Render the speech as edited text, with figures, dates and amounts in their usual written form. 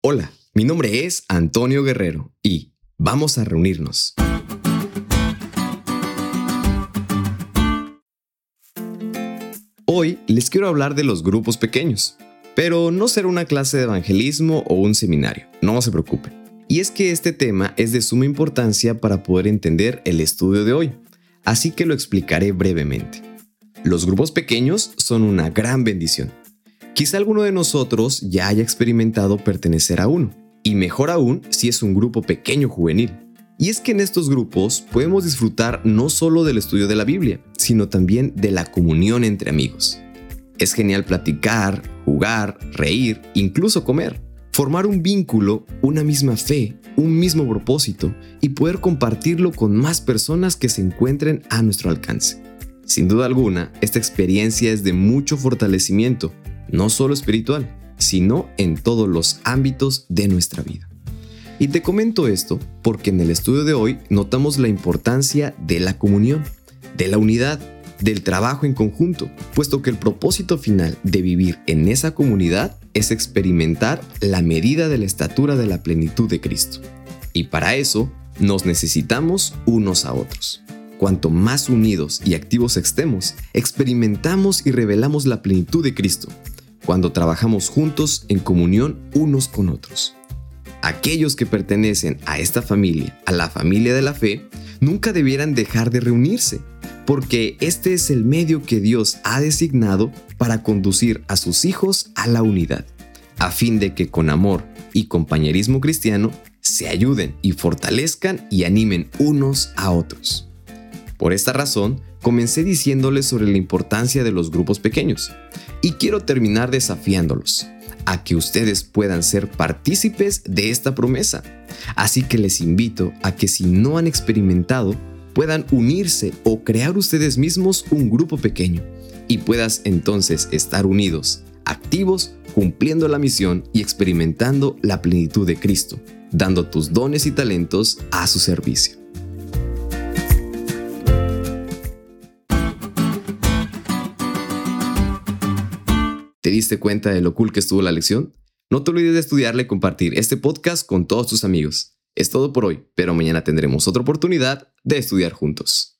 Hola, mi nombre es Antonio Guerrero y vamos a reunirnos. Hoy les quiero hablar de los grupos pequeños, pero no será una clase de evangelismo o un seminario, no se preocupen. Y es que este tema es de suma importancia para poder entender el estudio de hoy, así que lo explicaré brevemente. Los grupos pequeños son una gran bendición. Quizá alguno de nosotros ya haya experimentado pertenecer a uno, y mejor aún si es un grupo pequeño juvenil. Y es que en estos grupos podemos disfrutar no solo del estudio de la Biblia, sino también de la comunión entre amigos. Es genial platicar, jugar, reír, incluso comer, formar un vínculo, una misma fe, un mismo propósito y poder compartirlo con más personas que se encuentren a nuestro alcance. Sin duda alguna, esta experiencia es de mucho fortalecimiento, no solo espiritual, sino en todos los ámbitos de nuestra vida. Y te comento esto porque en el estudio de hoy notamos la importancia de la comunión, de la unidad, del trabajo en conjunto, puesto que el propósito final de vivir en esa comunidad es experimentar la medida de la estatura de la plenitud de Cristo. Y para eso nos necesitamos unos a otros. Cuanto más unidos y activos estemos, experimentamos y revelamos la plenitud de Cristo, cuando trabajamos juntos en comunión unos con otros. Aquellos que pertenecen a esta familia, a la familia de la fe, nunca debieran dejar de reunirse, porque este es el medio que Dios ha designado para conducir a sus hijos a la unidad, a fin de que con amor y compañerismo cristiano se ayuden y fortalezcan y animen unos a otros. Por esta razón, comencé diciéndoles sobre la importancia de los grupos pequeños, y quiero terminar desafiándolos a que ustedes puedan ser partícipes de esta promesa. Así que les invito a que si no han experimentado, puedan unirse o crear ustedes mismos un grupo pequeño y puedas entonces estar unidos, activos, cumpliendo la misión y experimentando la plenitud de Cristo, dando tus dones y talentos a su servicio. ¿Te diste cuenta de lo cool que estuvo la lección? No te olvides de estudiarla y compartir este podcast con todos tus amigos. Es todo por hoy, pero mañana tendremos otra oportunidad de estudiar juntos.